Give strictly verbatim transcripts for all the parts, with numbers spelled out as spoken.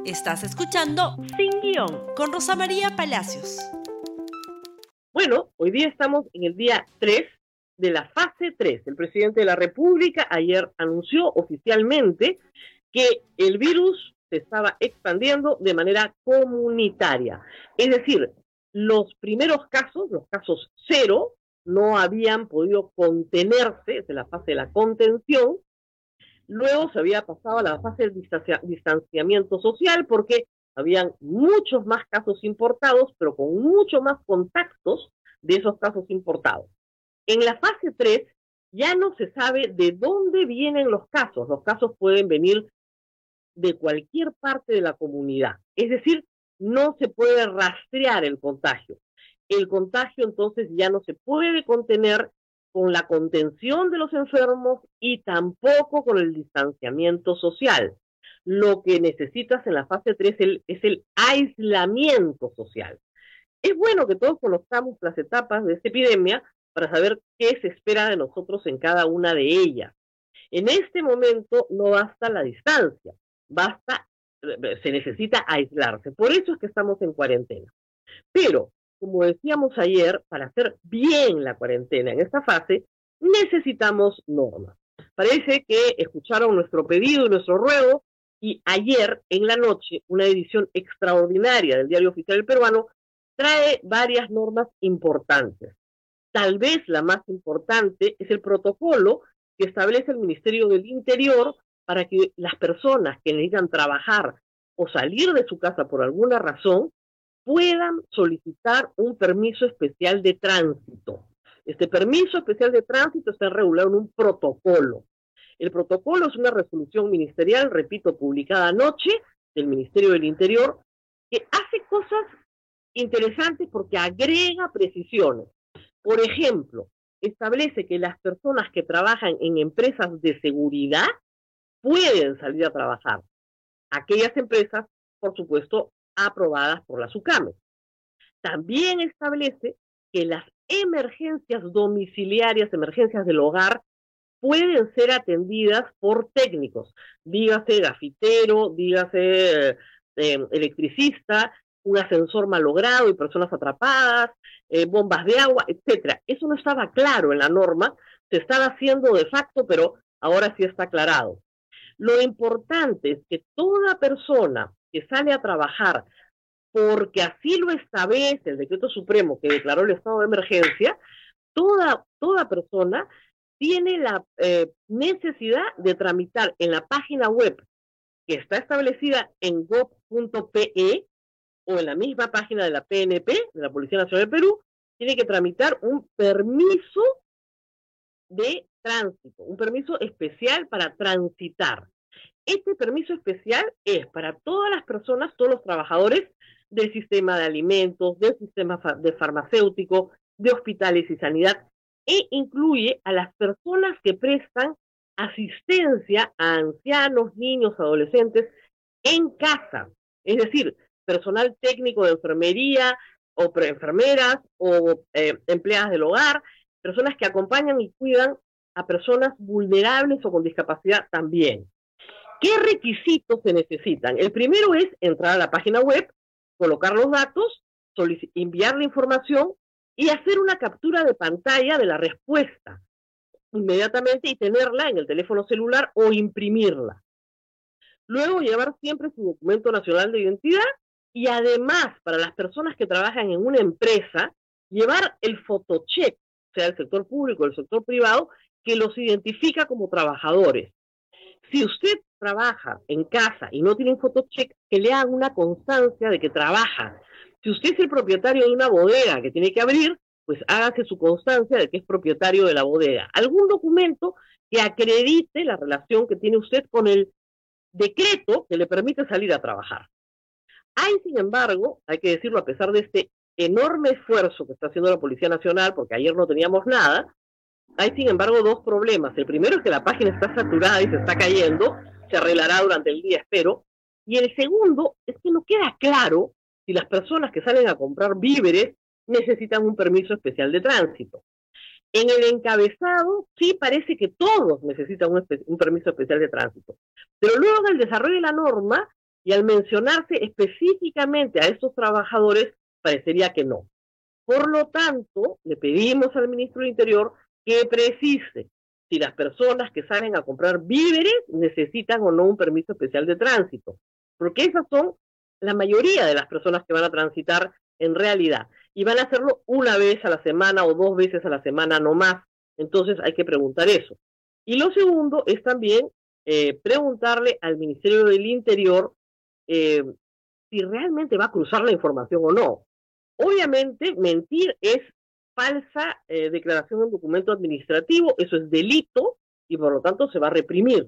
Estás escuchando Sin Guión con Rosa María Palacios. Bueno, hoy día estamos en el día tres de la fase tres. El presidente de la República ayer anunció oficialmente que el virus se estaba expandiendo de manera comunitaria. Es decir, los primeros casos, los casos cero, no habían podido contenerse desde la fase de la contención. Luego se había pasado a la fase del distancia, distanciamiento social porque habían muchos más casos importados, pero con mucho más contactos de esos casos importados. En la fase tres ya no se sabe de dónde vienen los casos. Los casos pueden venir de cualquier parte de la comunidad. Es decir, no se puede rastrear el contagio. El contagio entonces ya no se puede contener con la contención de los enfermos y tampoco con el distanciamiento social. Lo que necesitas en la fase tres es el, es el aislamiento social. Es bueno que todos conozcamos las etapas de esta epidemia para saber qué se espera de nosotros en cada una de ellas. En este momento no basta la distancia, basta, se necesita aislarse. Por eso es que estamos en cuarentena. Pero, como decíamos ayer, para hacer bien la cuarentena en esta fase, necesitamos normas. Parece que escucharon nuestro pedido y nuestro ruego, y ayer en la noche, una edición extraordinaria del Diario Oficial del Peruano trae varias normas importantes. Tal vez la más importante es el protocolo que establece el Ministerio del Interior para que las personas que necesitan trabajar o salir de su casa por alguna razón puedan solicitar un permiso especial de tránsito. Este permiso especial de tránsito está regulado en un protocolo. El protocolo es una resolución ministerial, repito, publicada anoche del Ministerio del Interior, que hace cosas interesantes porque agrega precisiones. Por ejemplo, establece que las personas que trabajan en empresas de seguridad pueden salir a trabajar. Aquellas empresas, por supuesto, aprobadas por la SUCAME. También establece que las emergencias domiciliarias, emergencias del hogar, pueden ser atendidas por técnicos, dígase gafitero, dígase eh, electricista, un ascensor malogrado y personas atrapadas, eh, bombas de agua, etcétera. Eso no estaba claro en la norma, se estaba haciendo de facto, pero ahora sí está aclarado. Lo importante es que toda persona que sale a trabajar porque así lo establece el decreto supremo que declaró el estado de emergencia, toda, toda persona tiene la eh, necesidad de tramitar en la página web que está establecida en gob punto pe o en la misma página de la P N P, de la Policía Nacional del Perú, tiene que tramitar un permiso de tránsito, un permiso especial para transitar. Este permiso especial es para todas las personas, todos los trabajadores del sistema de alimentos, del sistema de farmacéutico, de hospitales y sanidad, e incluye a las personas que prestan asistencia a ancianos, niños, adolescentes en casa. Es decir, personal técnico de enfermería o enfermeras o eh, empleadas del hogar, personas que acompañan y cuidan a personas vulnerables o con discapacidad también. ¿Qué requisitos se necesitan? El primero es entrar a la página web, colocar los datos, enviar la información y hacer una captura de pantalla de la respuesta inmediatamente y tenerla en el teléfono celular o imprimirla. Luego llevar siempre su documento nacional de identidad y además para las personas que trabajan en una empresa, llevar el photocheck, sea el sector público o el sector privado, que los identifica como trabajadores. Si usted trabaja en casa y no tiene un photocheck, que le hagan una constancia de que trabaja. Si usted es el propietario de una bodega que tiene que abrir, pues hágase su constancia de que es propietario de la bodega. Algún documento que acredite la relación que tiene usted con el decreto que le permite salir a trabajar. Hay, sin embargo, hay que decirlo, a pesar de este enorme esfuerzo que está haciendo la Policía Nacional, porque ayer no teníamos nada, hay, sin embargo, dos problemas. El primero es que la página está saturada y se está cayendo, se arreglará durante el día, espero. Y el segundo es que no queda claro si las personas que salen a comprar víveres necesitan un permiso especial de tránsito. En el encabezado sí parece que todos necesitan un, un permiso especial de tránsito, pero luego en el desarrollo de la norma Y al mencionarse específicamente a estos trabajadores, parecería que no. Por lo tanto, le pedimos al ministro del Interior que precise si las personas que salen a comprar víveres necesitan o no un permiso especial de tránsito, porque esas son la mayoría de las personas que van a transitar en realidad, y van a hacerlo una vez a la semana o dos veces a la semana, no más. Entonces hay que preguntar eso. Y lo segundo es también eh, preguntarle al Ministerio del Interior eh, si realmente va a cruzar la información o no. Obviamente, mentir es falsa eh, declaración en documento administrativo, eso es delito y por lo tanto se va a reprimir.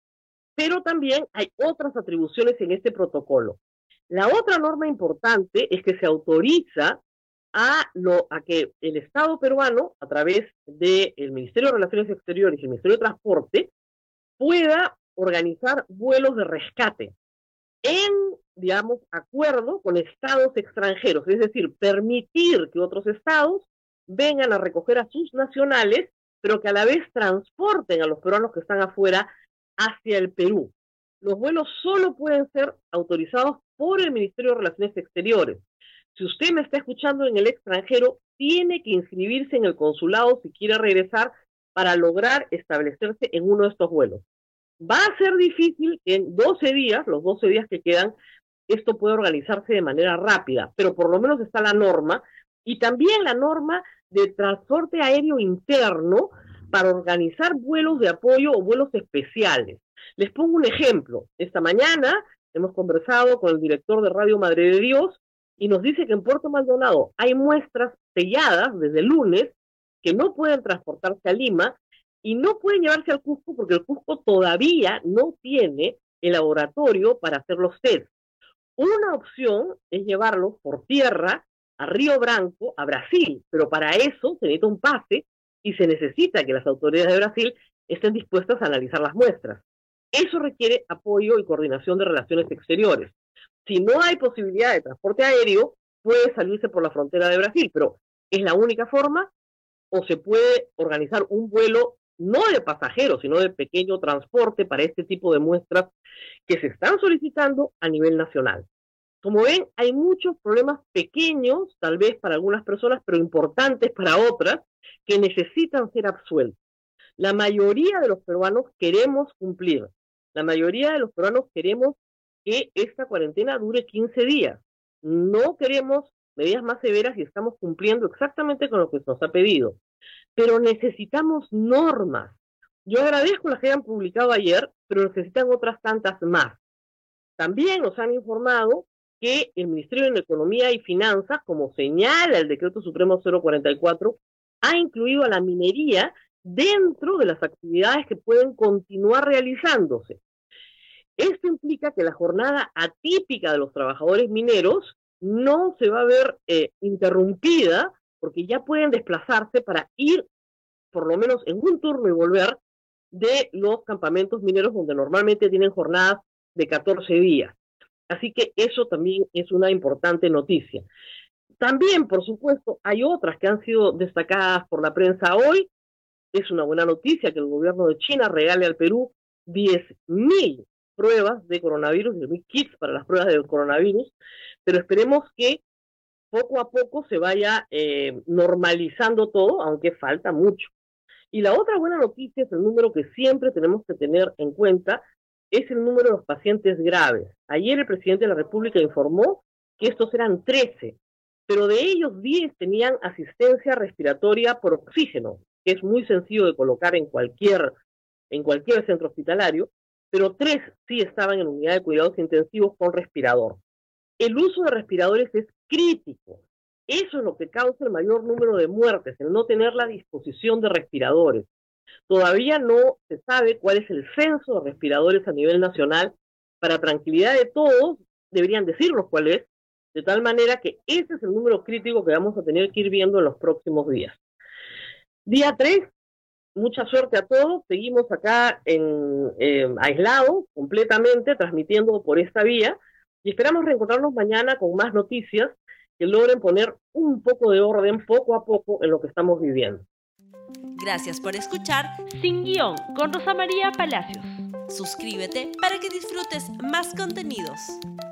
Pero también hay otras atribuciones en este protocolo. La otra norma importante es que se autoriza a, lo, a que el Estado peruano, a través del Ministerio de Relaciones Exteriores y el Ministerio de Transporte, pueda organizar vuelos de rescate en, digamos, acuerdo con estados extranjeros, es decir, permitir que otros estados vengan a recoger a sus nacionales, pero que a la vez transporten a los peruanos que están afuera hacia el Perú. Los vuelos solo pueden ser autorizados por el Ministerio de Relaciones Exteriores. Si usted me está escuchando en el extranjero, tiene que inscribirse en el consulado si quiere regresar para lograr establecerse en uno de estos vuelos. Va a ser difícil que en doce días, los doce días que quedan, esto pueda organizarse de manera rápida, pero por lo menos está la norma, y también la norma de transporte aéreo interno para organizar vuelos de apoyo o vuelos especiales. Les pongo un ejemplo. Esta mañana hemos conversado con el director de Radio Madre de Dios y nos dice que en Puerto Maldonado hay muestras selladas desde el lunes que no pueden transportarse a Lima y no pueden llevarse al Cusco porque el Cusco todavía no tiene el laboratorio para hacer los test. Una opción es llevarlos por tierra a Río Branco, a Brasil, pero para eso se necesita un pase y se necesita que las autoridades de Brasil estén dispuestas a analizar las muestras. Eso requiere apoyo y coordinación de relaciones exteriores. Si no hay posibilidad de transporte aéreo, puede salirse por la frontera de Brasil, pero es la única forma, o se puede organizar un vuelo no de pasajeros, sino de pequeño transporte para este tipo de muestras que se están solicitando a nivel nacional. Como ven, hay muchos problemas pequeños, tal vez para algunas personas, pero importantes para otras, que necesitan ser absueltos. La mayoría de los peruanos queremos cumplir. La mayoría de los peruanos queremos que esta cuarentena dure quince días. No queremos medidas más severas y estamos cumpliendo exactamente con lo que se nos ha pedido. Pero necesitamos normas. Yo agradezco las que hayan publicado ayer, pero necesitan otras tantas más. También nos han informado que el Ministerio de Economía y Finanzas, como señala el Decreto Supremo cero cuarenta y cuatro, ha incluido a la minería dentro de las actividades que pueden continuar realizándose. Esto implica que la jornada atípica de los trabajadores mineros no se va a ver eh, interrumpida, porque ya pueden desplazarse para ir, por lo menos en un turno y volver, de los campamentos mineros donde normalmente tienen jornadas de catorce días. Así que eso también es una importante noticia. También, por supuesto, hay otras que han sido destacadas por la prensa hoy. Es una buena noticia que el gobierno de China regale al Perú diez mil pruebas de coronavirus, diez mil kits para las pruebas del coronavirus, pero esperemos que poco a poco se vaya eh, normalizando todo, aunque falta mucho. Y la otra buena noticia es el número que siempre tenemos que tener en cuenta, es el número de los pacientes graves. Ayer el presidente de la República informó que estos eran trece, pero de ellos diez tenían asistencia respiratoria por oxígeno, que es muy sencillo de colocar en cualquier, en cualquier centro hospitalario, pero tres sí estaban en unidad de cuidados intensivos con respirador. El uso de respiradores es crítico. Eso es lo que causa el mayor número de muertes, el no tener la disposición de respiradores. Todavía no se sabe cuál es el censo de respiradores a nivel nacional. Para tranquilidad de todos, deberían decirnos cuál es, de tal manera que ese es el número crítico que vamos a tener que ir viendo en los próximos días. Día tres, mucha suerte a todos. Seguimos acá en, eh, aislados completamente, transmitiendo por esta vía, y esperamos reencontrarnos mañana con más noticias que logren poner un poco de orden poco a poco en lo que estamos viviendo. Gracias por escuchar Sin Guión con Rosa María Palacios. Suscríbete para que disfrutes más contenidos.